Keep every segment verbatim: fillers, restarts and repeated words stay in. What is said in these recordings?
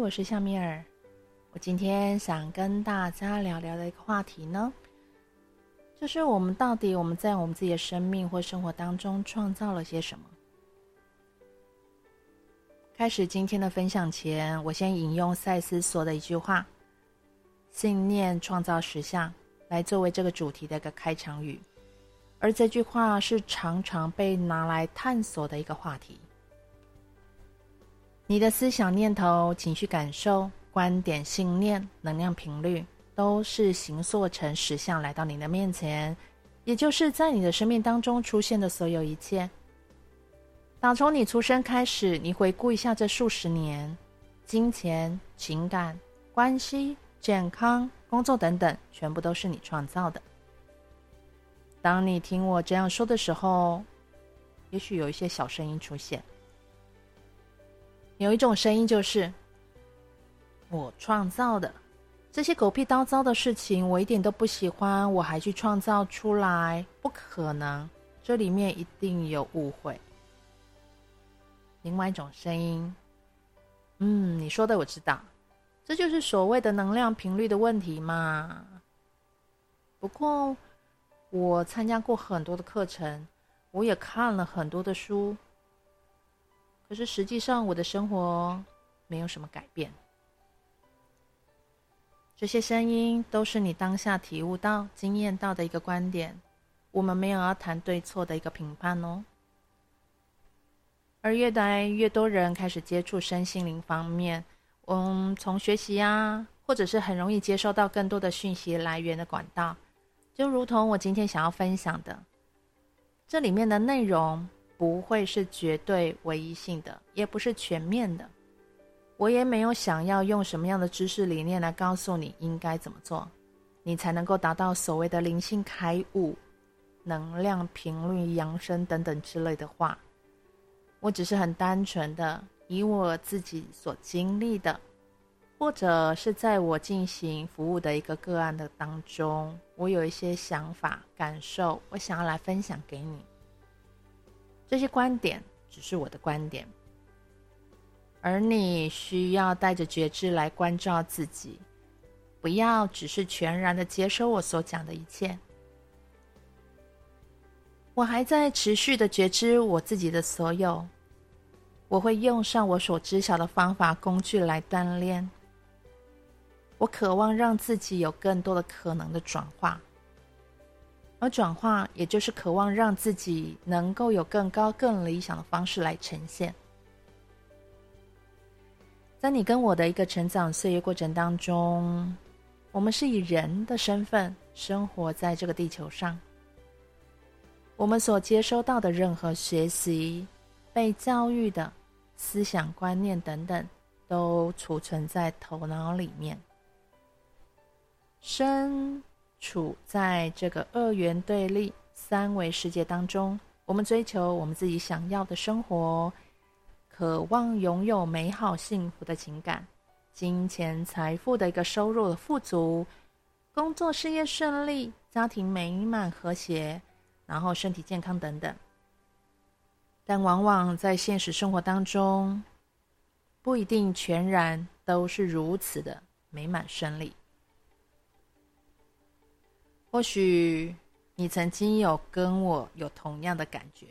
我是夏米尔。我今天想跟大家聊聊的一个话题呢，就是我们到底我们在我们自己的生命或生活当中创造了些什么。开始今天的分享前，我先引用赛斯说的一句话：信念创造实相，来作为这个主题的一个开场语。而这句话是常常被拿来探索的一个话题。你的思想念头、情绪感受、观点、信念、能量频率，都是形塑成实相来到你的面前，也就是在你的生命当中出现的所有一切。打从你出生开始，你回顾一下这数十年，金钱、情感、关系、健康、工作等等，全部都是你创造的。当你听我这样说的时候，也许有一些小声音出现。有一种声音就是我创造的，这些狗屁叨糟的事情我一点都不喜欢，我还去创造出来，不可能，这里面一定有误会。另外一种声音，嗯，你说的我知道，这就是所谓的能量频率的问题嘛。不过我参加过很多的课程，我也看了很多的书，可是实际上我的生活没有什么改变。这些声音都是你当下体悟到、经验到的一个观点，我们没有要谈对错的一个评判哦。而越来越多人开始接触身心灵方面，嗯，从学习啊，或者是很容易接收到更多的讯息来源的管道，就如同我今天想要分享的，这里面的内容不会是绝对唯一性的，也不是全面的。我也没有想要用什么样的知识理念来告诉你应该怎么做，你才能够达到所谓的灵性开悟、能量频率扬升等等之类的话。我只是很单纯的以我自己所经历的，或者是在我进行服务的一个个案的当中，我有一些想法、感受，我想要来分享给你。这些观点只是我的观点，而你需要带着觉知来关照自己，不要只是全然的接收我所讲的一切。我还在持续的觉知我自己的所有，我会用上我所知晓的方法工具来锻炼。我渴望让自己有更多的可能的转化，而转化也就是渴望让自己能够有更高更理想的方式来呈现。在你跟我的一个成长岁月过程当中，我们是以人的身份生活在这个地球上，我们所接收到的任何学习、被教育的思想观念等等，都储存在头脑里面。身处在这个二元对立三维世界当中，我们追求我们自己想要的生活，渴望拥有美好幸福的情感，金钱财富的一个收入的富足，工作事业顺利，家庭美满和谐，然后身体健康等等。但往往在现实生活当中，不一定全然都是如此的美满顺利。或许你曾经有跟我有同样的感觉，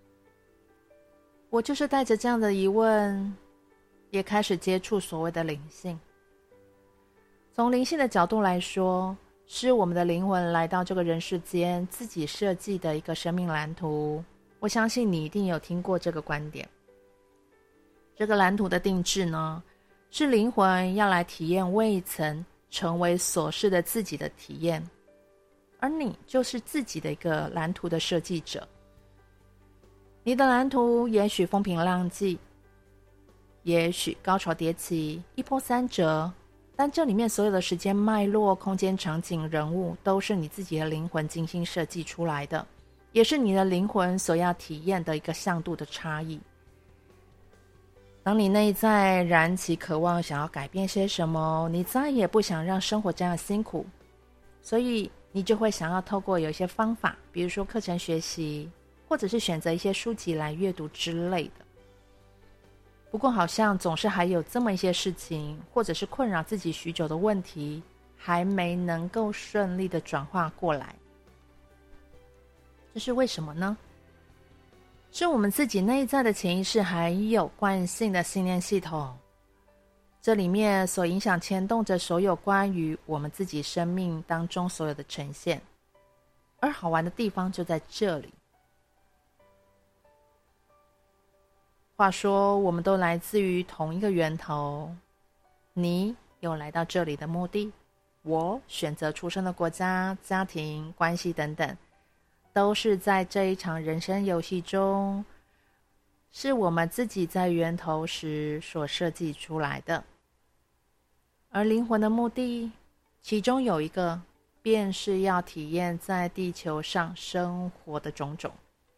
我就是带着这样的疑问，也开始接触所谓的灵性。从灵性的角度来说，是我们的灵魂来到这个人世间自己设计的一个生命蓝图。我相信你一定有听过这个观点。这个蓝图的定制呢，是灵魂要来体验未曾成为所是的自己的体验，而你就是自己的一个蓝图的设计者。你的蓝图也许风平浪静，也许高潮迭起，一波三折，但这里面所有的时间脉络、空间、场景、人物，都是你自己的灵魂精心设计出来的，也是你的灵魂所要体验的一个向度的差异。当你内在燃起渴望想要改变些什么，你再也不想让生活这样辛苦，所以你就会想要透过有一些方法，比如说课程学习，或者是选择一些书籍来阅读之类的。 不过好像总是还有这么一些事情，或者是困扰自己许久的问题，还没能够顺利的转化过来。这是为什么呢？是我们自己内在的潜意识还有惯性的信念系统，这里面所影响牵动着所有关于我们自己生命当中所有的呈现。而好玩的地方就在这里。话说，我们都来自于同一个源头，你有来到这里的目的，我选择出生的国家、家庭、关系等等，都是在这一场人生游戏中，是我们自己在源头时所设计出来的。而灵魂的目的，其中有一个，便是要体验在地球上生活的种种。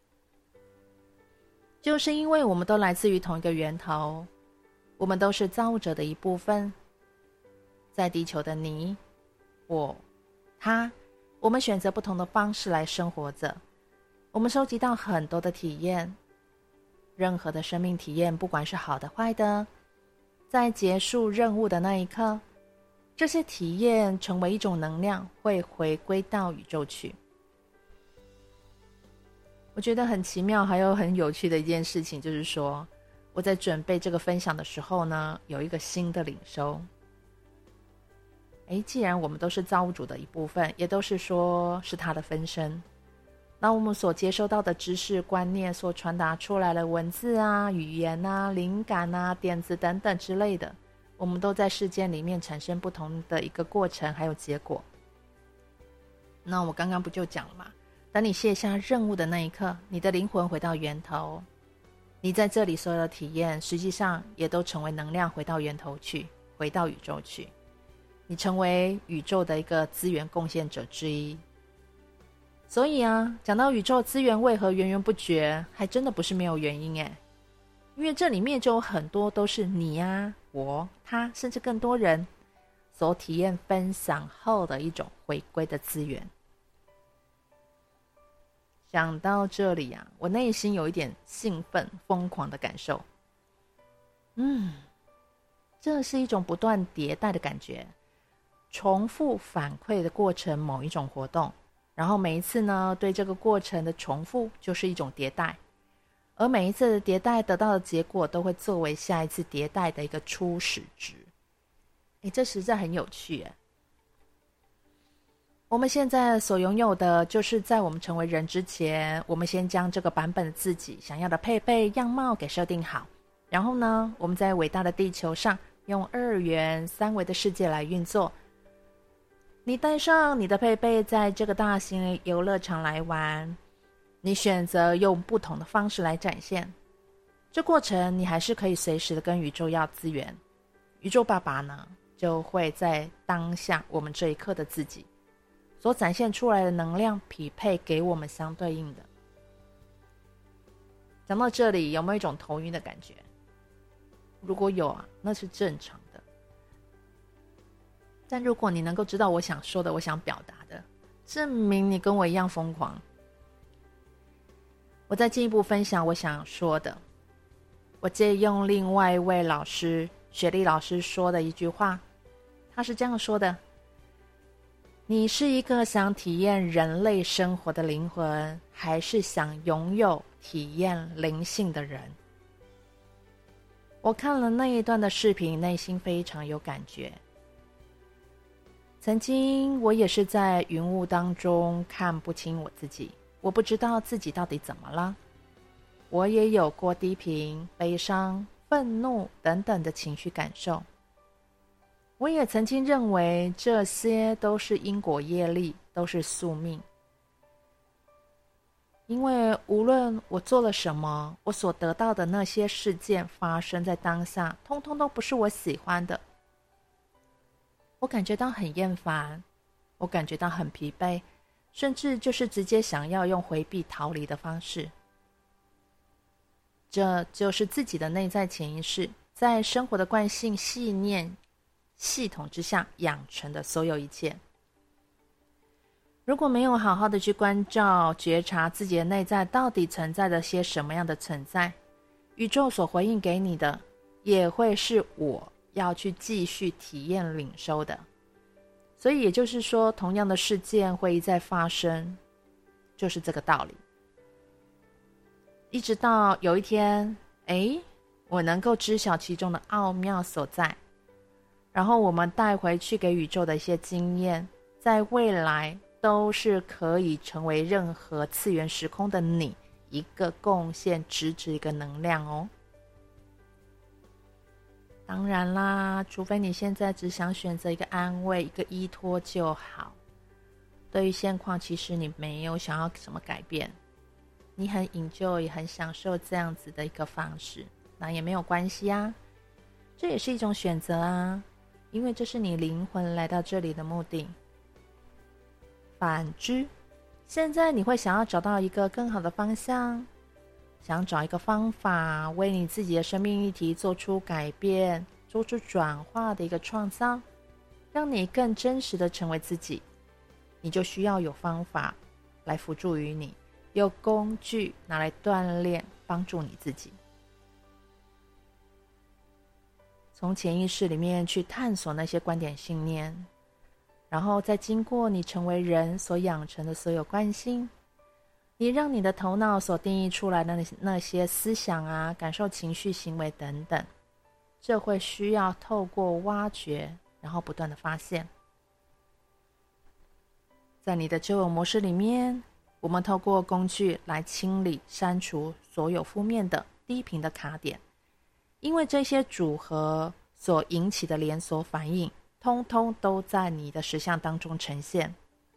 就是因为我们都来自于同一个源头，我们都是造物者的一部分。在地球的你、我、他，我们选择不同的方式来生活着。我们收集到很多的体验，任何的生命体验，不管是好的坏的，在结束任务的那一刻，这些体验成为一种能量，会回归到宇宙去。我觉得很奇妙还有很有趣的一件事情，就是说我在准备这个分享的时候呢，有一个新的领受。诶，既然我们都是造物主的一部分，也都是说是他的分身，那我们所接收到的知识观念所传达出来的文字啊、语言啊、灵感啊、点子等等之类的，我们都在事件里面产生不同的一个过程还有结果。那我刚刚不就讲了吗？当你卸下任务的那一刻，你的灵魂回到源头，你在这里所有的体验实际上也都成为能量回到源头去，回到宇宙去，你成为宇宙的一个资源贡献者之一。所以啊，讲到宇宙资源为何源源不绝，还真的不是没有原因耶。因为这里面就有很多都是你啊、我、他，甚至更多人所体验分享后的一种回归的资源。讲到这里啊，我内心有一点兴奋、疯狂的感受。嗯，这是一种不断迭代的感觉，重复反馈的过程某一种活动，然后每一次呢，对这个过程的重复就是一种迭代，而每一次的迭代得到的结果都会作为下一次迭代的一个初始值。诶，这实在很有趣耶。我们现在所拥有的，就是在我们成为人之前，我们先将这个版本的自己想要的配备样貌给设定好，然后呢，我们在伟大的地球上用二元三维的世界来运作。你带上你的配备，在这个大型游乐场来玩，你选择用不同的方式来展现。这过程你还是可以随时的跟宇宙要资源，宇宙爸爸呢，就会在当下我们这一刻的自己所展现出来的能量匹配给我们相对应的。讲到这里，有没有一种头晕的感觉？如果有啊，那是正常的。但如果你能够知道我想说的，我想表达的，证明你跟我一样疯狂。我再进一步分享我想说的。我借用另外一位老师雪莉老师说的一句话，他是这样说的：你是一个想体验人类生活的灵魂，还是想拥有体验灵性的人？我看了那一段的视频，内心非常有感觉。曾经我也是在云雾当中看不清我自己，我不知道自己到底怎么了。我也有过低频、悲伤、愤怒等等的情绪感受。我也曾经认为这些都是因果业力，都是宿命。因为无论我做了什么，我所得到的那些事件发生在当下，通通都不是我喜欢的。我感觉到很厌烦，我感觉到很疲惫，甚至就是直接想要用回避逃离的方式。这就是自己的内在潜意识在生活的惯性信念系统之下养成的所有一切。如果没有好好的去关照觉察自己的内在到底存在着些什么样的存在，宇宙所回应给你的也会是我要去继续体验领受的。所以也就是说，同样的事件会一再发生，就是这个道理。一直到有一天，诶，我能够知晓其中的奥妙所在，然后我们带回去给宇宙的一些经验，在未来都是可以成为任何次元时空的你一个贡献直指一个能量哦。当然啦，除非你现在只想选择一个安慰，一个依托就好。对于现况，其实你没有想要什么改变，你很enjoy，也很享受这样子的一个方式，那也没有关系啊，这也是一种选择啊，因为这是你灵魂来到这里的目的。反之，现在你会想要找到一个更好的方向，想找一个方法为你自己的生命议题做出改变，做出转化的一个创造，让你更真实的成为自己，你就需要有方法来辅助于你，有工具拿来锻炼帮助你自己，从潜意识里面去探索那些观点信念，然后再经过你成为人所养成的所有惯性，你让你的头脑所定义出来的那些思想啊、感受、情绪、行为等等，这会需要透过挖掘，然后不断的发现。在你的旧有模式里面，我们透过工具来清理、删除所有负面的、低频的卡点，因为这些组合所引起的连锁反应，通通都在你的实相当中呈现。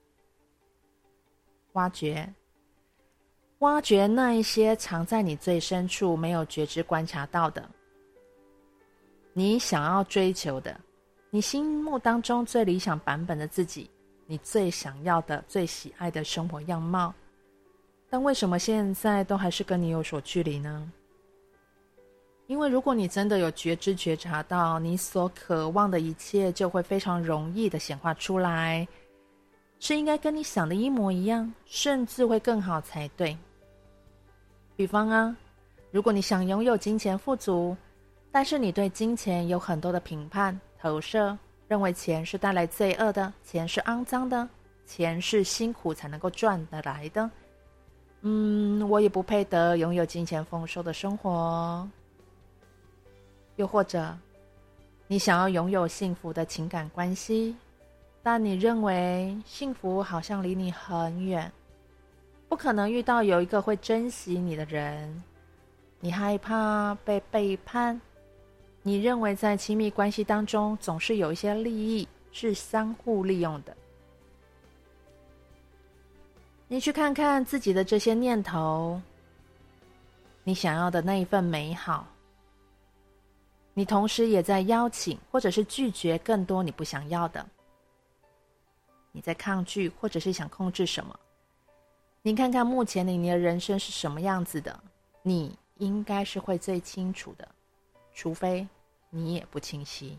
挖掘挖掘那一些藏在你最深处没有觉知观察到的，你想要追求的，你心目当中最理想版本的自己，你最想要的、最喜爱的生活样貌，但为什么现在都还是跟你有所距离呢？因为如果你真的有觉知觉察到，你所渴望的一切就会非常容易的显化出来，是应该跟你想的一模一样，甚至会更好才对。比方啊，如果你想拥有金钱富足，但是你对金钱有很多的评判、投射，认为钱是带来罪恶的，钱是肮脏的，钱是辛苦才能够赚得来的，嗯，我也不配得拥有金钱丰收的生活。又或者，你想要拥有幸福的情感关系，但你认为幸福好像离你很远，不可能遇到有一个会珍惜你的人，你害怕被背叛，你认为在亲密关系当中总是有一些利益是相互利用的。你去看看自己的这些念头，你想要的那一份美好，你同时也在邀请或者是拒绝更多你不想要的。你在抗拒或者是想控制什么？你看看目前你的人生是什么样子的，你应该是会最清楚的，除非你也不清晰。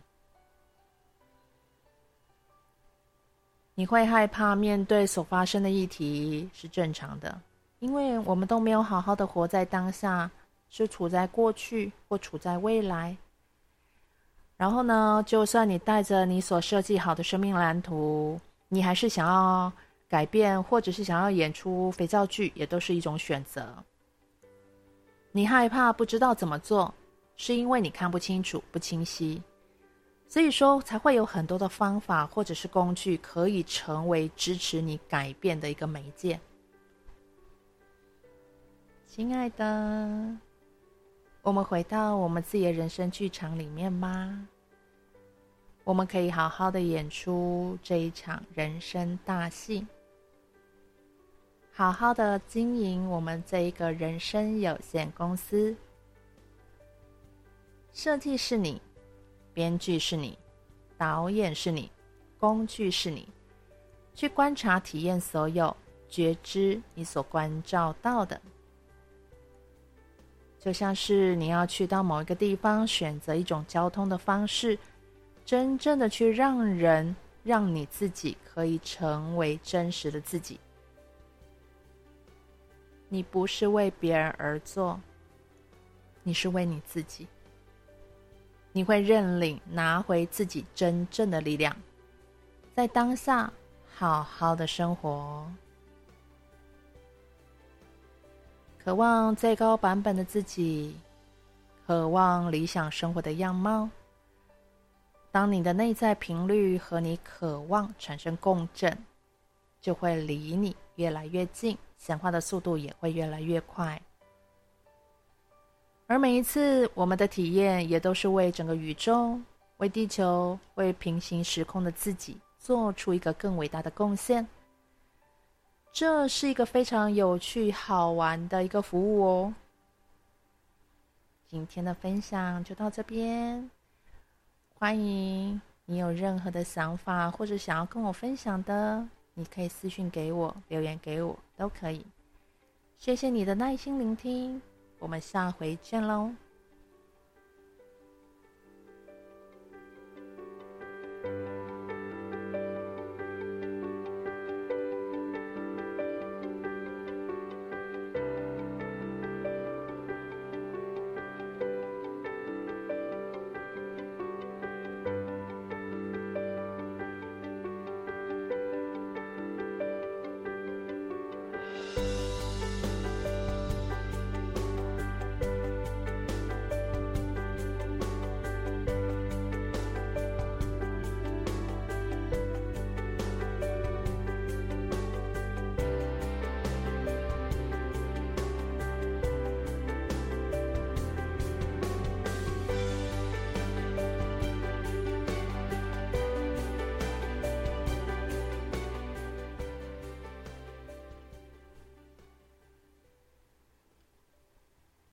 你会害怕面对所发生的议题是正常的，因为我们都没有好好的活在当下，是处在过去或处在未来。然后呢，就算你带着你所设计好的生命蓝图，你还是想要改变，或者是想要演出肥皂剧，也都是一种选择。你害怕不知道怎么做，是因为你看不清楚、不清晰，所以说才会有很多的方法或者是工具可以成为支持你改变的一个媒介。亲爱的，我们回到我们自己的人生剧场里面吧，我们可以好好的演出这一场人生大戏，好好的经营我们这一个人生有限公司。设计是你，编剧是你，导演是你，工具是你，去观察体验所有，觉知你所关照到的。就像是你要去到某一个地方，选择一种交通的方式，真正的去让人让你自己可以成为真实的自己。你不是为别人而做，你是为你自己。 你会认领拿回自己真正的力量，在当下好好的生活。渴望最高版本的自己，渴望理想生活的样貌。当你的内在频率和你渴望产生共振，就会离你越来越近，显化的速度也会越来越快。而每一次我们的体验也都是为整个宇宙、为地球、为平行时空的自己做出一个更伟大的贡献。这是一个非常有趣好玩的一个服务哦。今天的分享就到这边，欢迎你有任何的想法或者想要跟我分享的，你可以私讯给我，留言给我都可以。谢谢你的耐心聆听，我们下回见喽。